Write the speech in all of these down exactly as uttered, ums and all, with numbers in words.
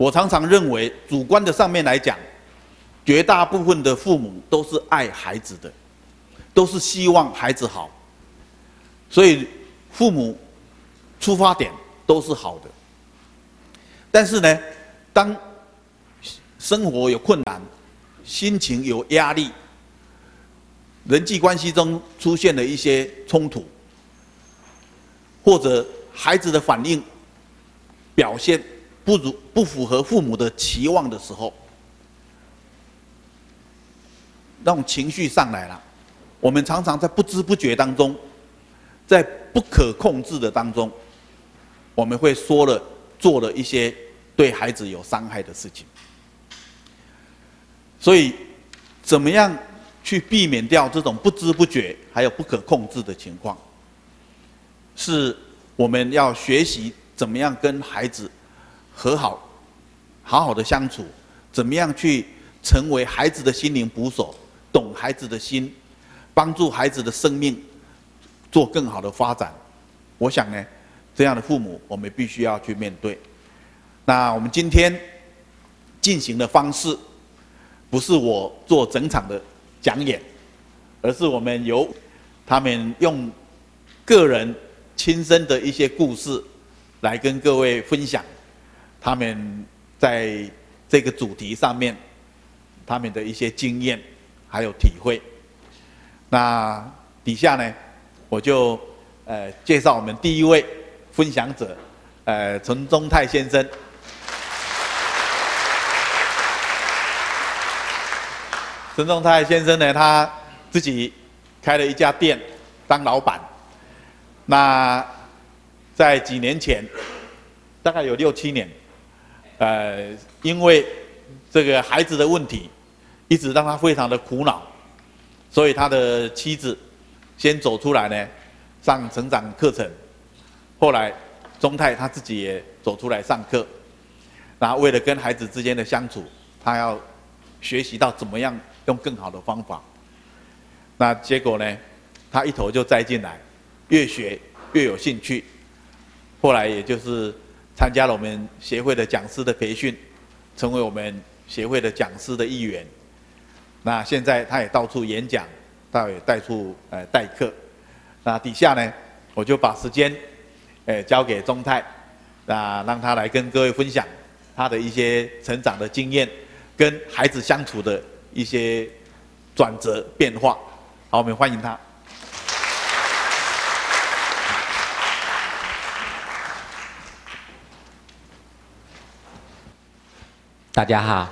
我常常认为，主观的上面来讲，绝大部分的父母都是爱孩子的，都是希望孩子好，所以父母出发点都是好的。但是呢，当生活有困难，心情有压力，人际关系中出现了一些冲突，或者孩子的反应表现不如不符合父母的期望的时候，那种情绪上来了，我们常常在不知不觉当中，在不可控制的当中，我们会说了做了一些对孩子有伤害的事情。所以，怎么样去避免掉这种不知不觉还有不可控制的情况，是我们要学习怎么样跟孩子和好，好好的相处，怎么样去成为孩子的心灵捕手，懂孩子的心，帮助孩子的生命做更好的发展。我想呢，这样的父母我们必须要去面对。那我们今天进行的方式，不是我做整场的讲演，而是我们由他们用个人亲身的一些故事来跟各位分享他们在这个主题上面他们的一些经验还有体会。那底下呢，我就呃介绍我们第一位分享者，呃陈宗泰先生。陈宗泰先生呢，他自己开了一家店当老板。那在几年前，大概有六七年，呃，因为这个孩子的问题，一直让他非常的苦恼，所以他的妻子先走出来呢，上成长课程。后来宗泰他自己也走出来上课，然后为了跟孩子之间的相处，他要学习到怎么样用更好的方法。那结果呢，他一头就栽进来，越学越有兴趣。后来也就是参加了我们协会的讲师的培训，成为我们协会的讲师的一员。那现在他也到处演讲，他也到处呃代课。那底下呢，我就把时间呃交给宗泰，那让他来跟各位分享他的一些成长的经验，跟孩子相处的一些转折变化。好，我们欢迎他。 大家好，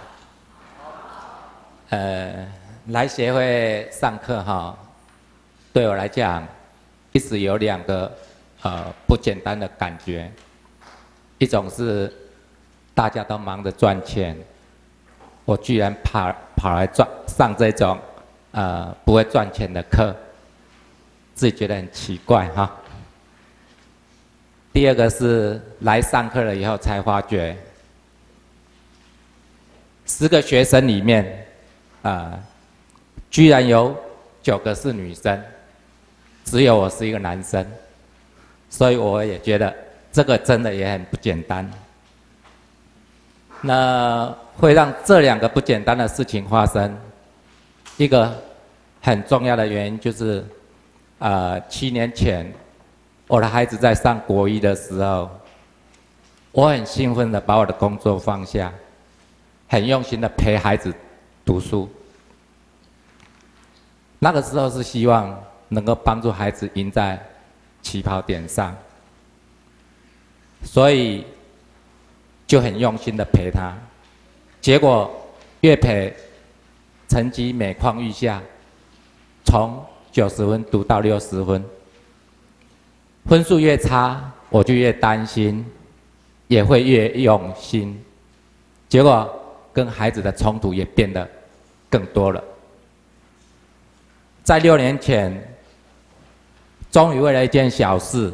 呃，来协会上课哈，对我来讲，一直有两个呃不简单的感觉。一种是大家都忙着赚钱，我居然跑跑来赚上这种呃不会赚钱的课，自己觉得很奇怪哈。第二个是来上课了以后才发觉。十个学生里面，啊、呃，居然有九个是女生，只有我是一个男生，所以我也觉得这个真的也很不简单。那会让这两个不简单的事情发生，一个很重要的原因就是，呃，七年前我的孩子在上国一的时候，我很兴奋的把我的工作放下。很用心的陪孩子读书，那个时候是希望能够帮助孩子赢在起跑点上，所以就很用心的陪他。结果越陪，成绩每况愈下，从九十分读到六十分，分数越差，我就越担心，也会越用心，结果跟孩子的冲突也变得更多了。在六年前，终于为了一件小事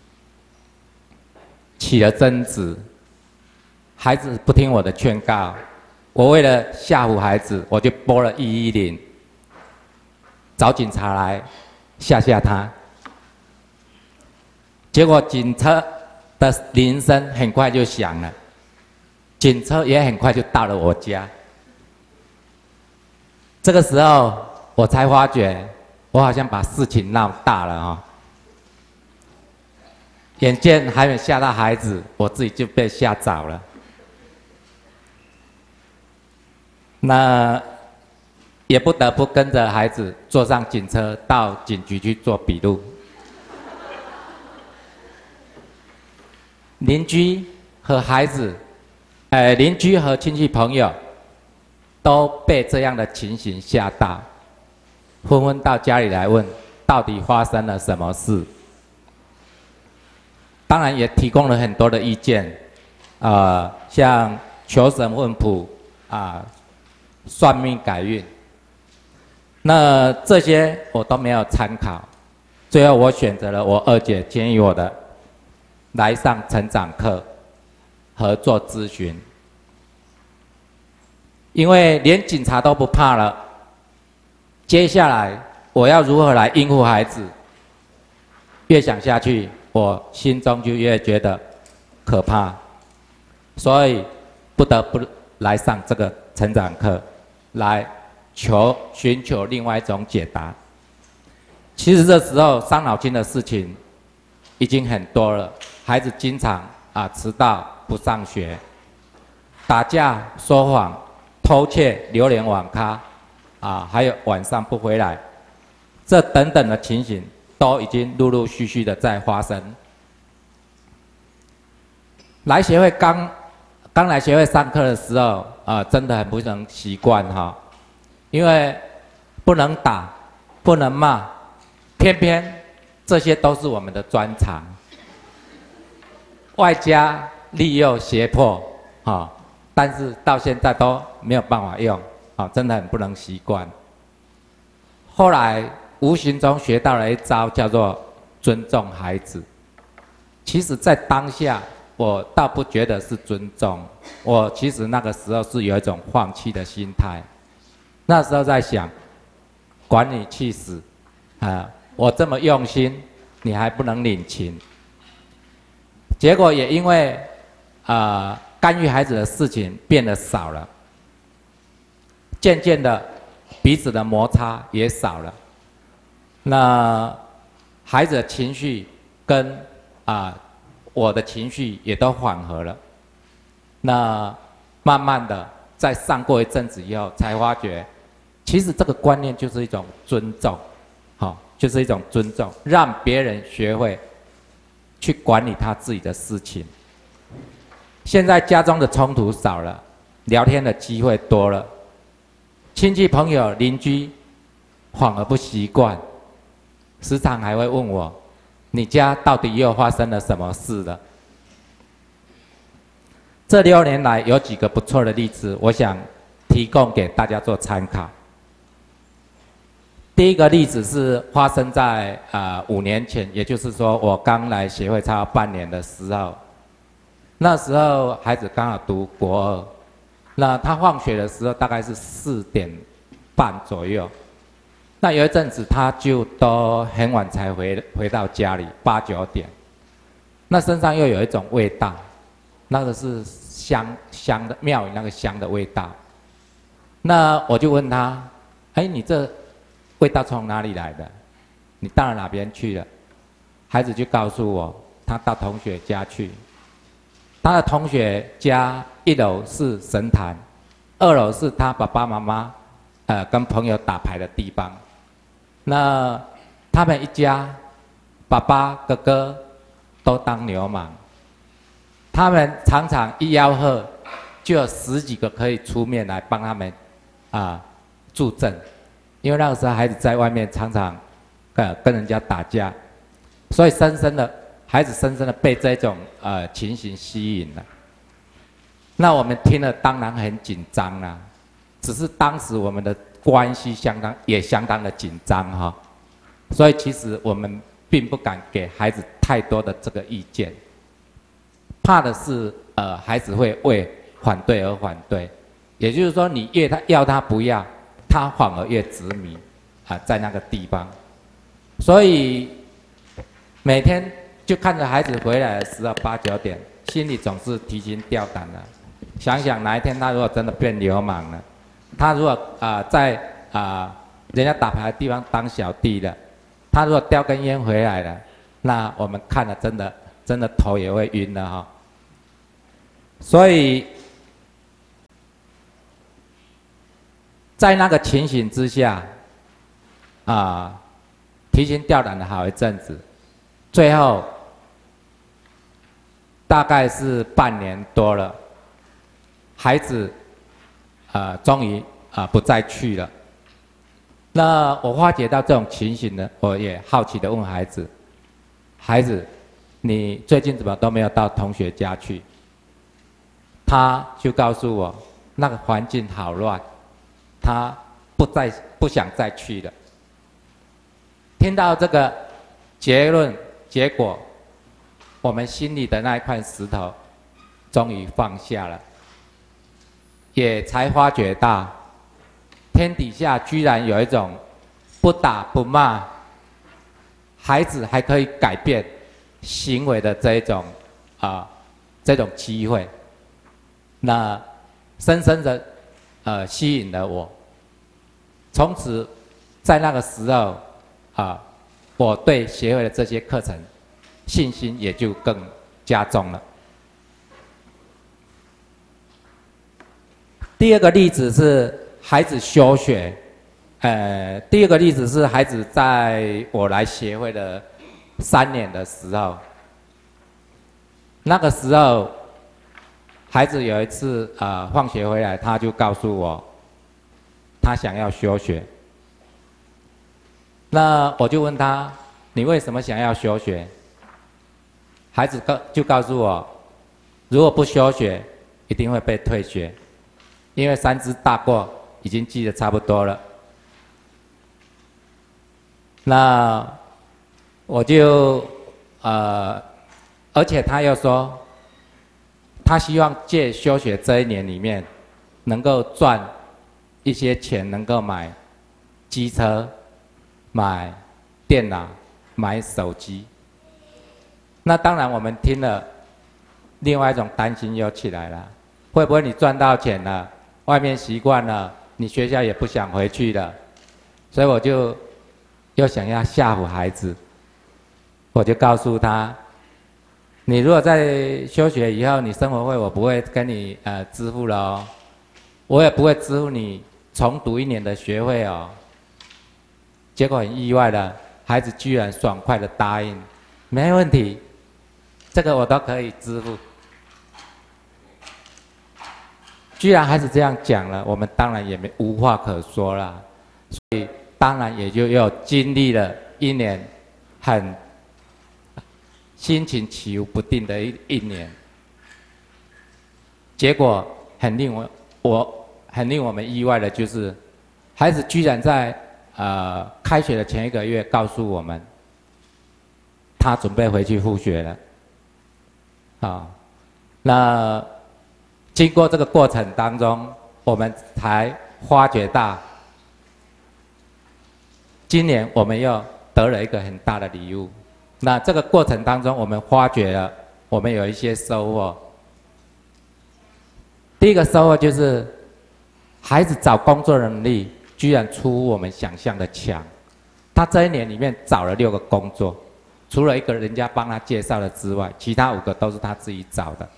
起了争执，孩子不听我的劝告，我为了吓唬孩子，我就拨了一一零，找警察来吓吓他。结果警车的铃声很快就响了。 警车也很快就到了我家。这个时候我才发觉，我好像把事情闹大了啊、哦！眼见还没吓到孩子，我自己就被吓着了。那也不得不跟着孩子坐上警车到警局去做笔录。邻居和孩子，呃，邻居和亲戚朋友都被这样的情形吓到，纷纷到家里来问，到底发生了什么事？当然也提供了很多的意见，呃，像求神问卜啊、算命改运，那这些我都没有参考。最后我选择了我二姐建议我的，来上成长课，合作咨询。因为连警察都不怕了，接下来我要如何来应付孩子？越想下去，我心中就越觉得可怕，所以不得不来上这个成长课，来求寻求另外一种解答。其实这时候伤脑筋的事情已经很多了，孩子经常啊迟到不上学，打架说谎、偷窃、流连网咖，啊，还有晚上不回来，这等等的情形都已经陆陆续续的在发生。来协会刚刚来协会上课的时候，啊，真的很不能习惯哈，因为不能打，不能骂，偏偏这些都是我们的专长，外加利诱胁迫，哈，但是到现在都没有办法用，啊，真的很不能习惯。后来无形中学到了一招，叫做尊重孩子。其实，在当下，我倒不觉得是尊重，我其实那个时候是有一种放弃的心态。那时候在想，管你去死，啊！我这么用心，你还不能领情。结果也因为啊、呃、干预孩子的事情变得少了，渐渐的彼此的摩擦也少了。那孩子的情绪跟啊、呃、我的情绪也都缓和了。那慢慢的在上过一阵子以后，才发觉，其实这个观念就是一种尊重，好、哦，就是一种尊重，让别人学会去管理他自己的事情。现在家中的冲突少了，聊天的机会多了，亲戚朋友邻居反而不习惯，时常还会问我，你家到底又发生了什么事了？这六年来有几个不错的例子，我想提供给大家做参考。第一个例子是发生在呃五年前，也就是说我刚来协会差不多半年的时候，那时候孩子刚好读国二，那他放学的时候大概是四点半左右，那有一阵子他就都很晚才回回到家里，八九点，那身上又有一种味道，那个是香香的庙宇那个香的味道，那我就问他，哎，你这味道从哪里来的？你到了哪边去了？孩子就告诉我，他到同学家去。他的同学家一楼是神坛，二楼是他爸爸妈妈呃跟朋友打牌的地方。那他们一家，爸爸哥哥都当流氓，他们常常一吆喝，就有十几个可以出面来帮他们啊助阵。因为那个时候孩子在外面常常呃跟人家打架，所以深深的孩子深深的被这种呃情形吸引了。那我们听了当然很紧张啦，只是当时我们的关系相当也相当的紧张哈，所以其实我们并不敢给孩子太多的这个意见，怕的是呃孩子会为反对而反对，也就是说你越他要他不要，他反而越执迷啊，在那个地方，所以每天就看着孩子回来的时候八九点，心里总是提心吊胆的。 想想哪一天他如果真的变流氓了，他如果啊、呃、在啊、呃、人家打牌的地方当小弟了，他如果叼根烟回来了，那我们看了真的真的头也会晕了哈、哦。所以，在那个情形之下，啊、呃，提心吊胆了好一阵子，最后大概是半年多了，孩子，呃，终于啊、呃、不再去了。那我发觉到这种情形呢，我也好奇的问孩子：“孩子，你最近怎么都没有到同学家去？”他就告诉我，那个环境好乱，他不再不想再去了。听到这个结论结果，我们心里的那一块石头终于放下了，也才发觉到天底下居然有一种不打不骂，孩子还可以改变行为的这一种啊、呃、这种机会。那深深的呃吸引了我，从此在那个时候啊、呃，我对协会的这些课程信心也就更加重了。第二个例子是孩子休学，呃，第二个例子是孩子在我来协会的三年的时候，那个时候。孩子有一次呃放学回来，他就告诉我，他想要休学。那我就问他，你为什么想要休学？孩子告就告诉我，如果不休学，一定会被退学，因为三支大过已经记得差不多了。那我就呃，而且他又说。他希望借休学这一年里面，能够赚一些钱，能够买机车、买电脑、买手机。那当然，我们听了，另外一种担心又起来了：会不会你赚到钱了，外面习惯了，你学校也不想回去了？所以我就又想要吓唬孩子，我就告诉他。你如果在休学以后，你生活费我不会跟你呃支付了哦，我也不会支付你重读一年的学费哦。结果很意外的，孩子居然爽快的答应，没问题，这个我都可以支付。居然孩子这样讲了，我们当然也没无话可说了，所以当然也就又经历了一年很。心情起伏不定的一一年，结果很令我我很令我们意外的就是，孩子居然在呃开学的前一个月告诉我们，他准备回去复学了。啊，那经过这个过程当中，我们才发觉到，今年我们又得了一个很大的礼物。那这个过程当中，我们发觉了，我们有一些收获。第一个收获就是，孩子找工作能力居然出乎我们想象的强。他这一年里面找了六个工作，除了一个人家帮他介绍的之外，其他五个都是他自己找的。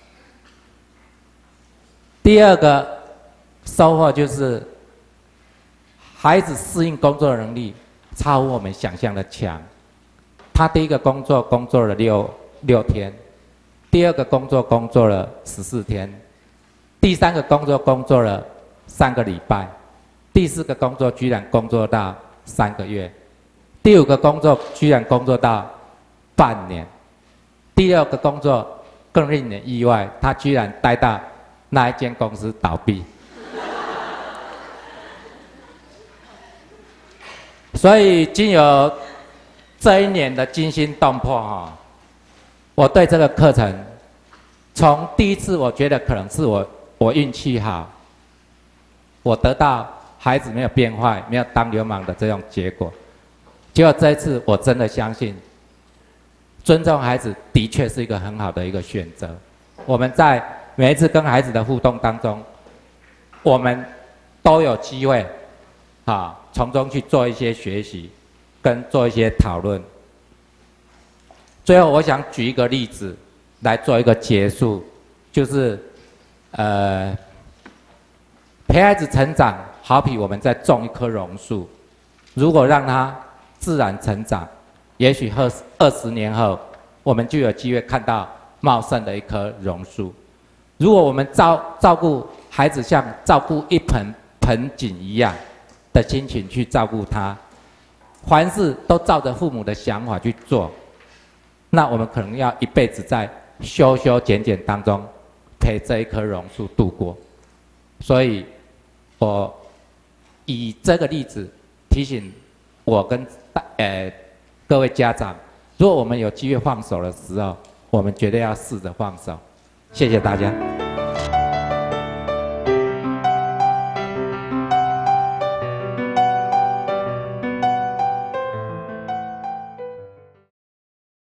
第二个收获就是，孩子适应工作能力超乎我们想象的强。他第一个工作工作了六六天，第二个工作工作了十四天，第三个工作工作了三个礼拜，第四个工作居然工作到三个月，第五个工作居然工作到半年，第六个工作更令人意外，他居然待到那一间公司倒闭。所以经由这一年的惊心动魄哈，我对这个课程，从第一次我觉得可能是我我运气好，我得到孩子没有变坏、没有当流氓的这种结果，结果这一次我真的相信，尊重孩子的确是一个很好的一个选择。我们在每一次跟孩子的互动当中，我们都有机会，啊，从中去做一些学习，跟做一些讨论。最后，我想举一个例子来做一个结束，就是，呃，陪孩子成长，好比我们在种一棵榕树，如果让它自然成长，也许二二十年后，我们就有机会看到茂盛的一棵榕树。如果我们照照顾孩子像照顾一盆盆景一样的心情去照顾他，凡事都照着父母的想法去做，那我们可能要一辈子在修修剪剪当中陪这一棵榕树度过。所以，我以这个例子提醒我跟呃各位家长，如果我们有机会放手的时候，我们绝对要试着放手。谢谢大家。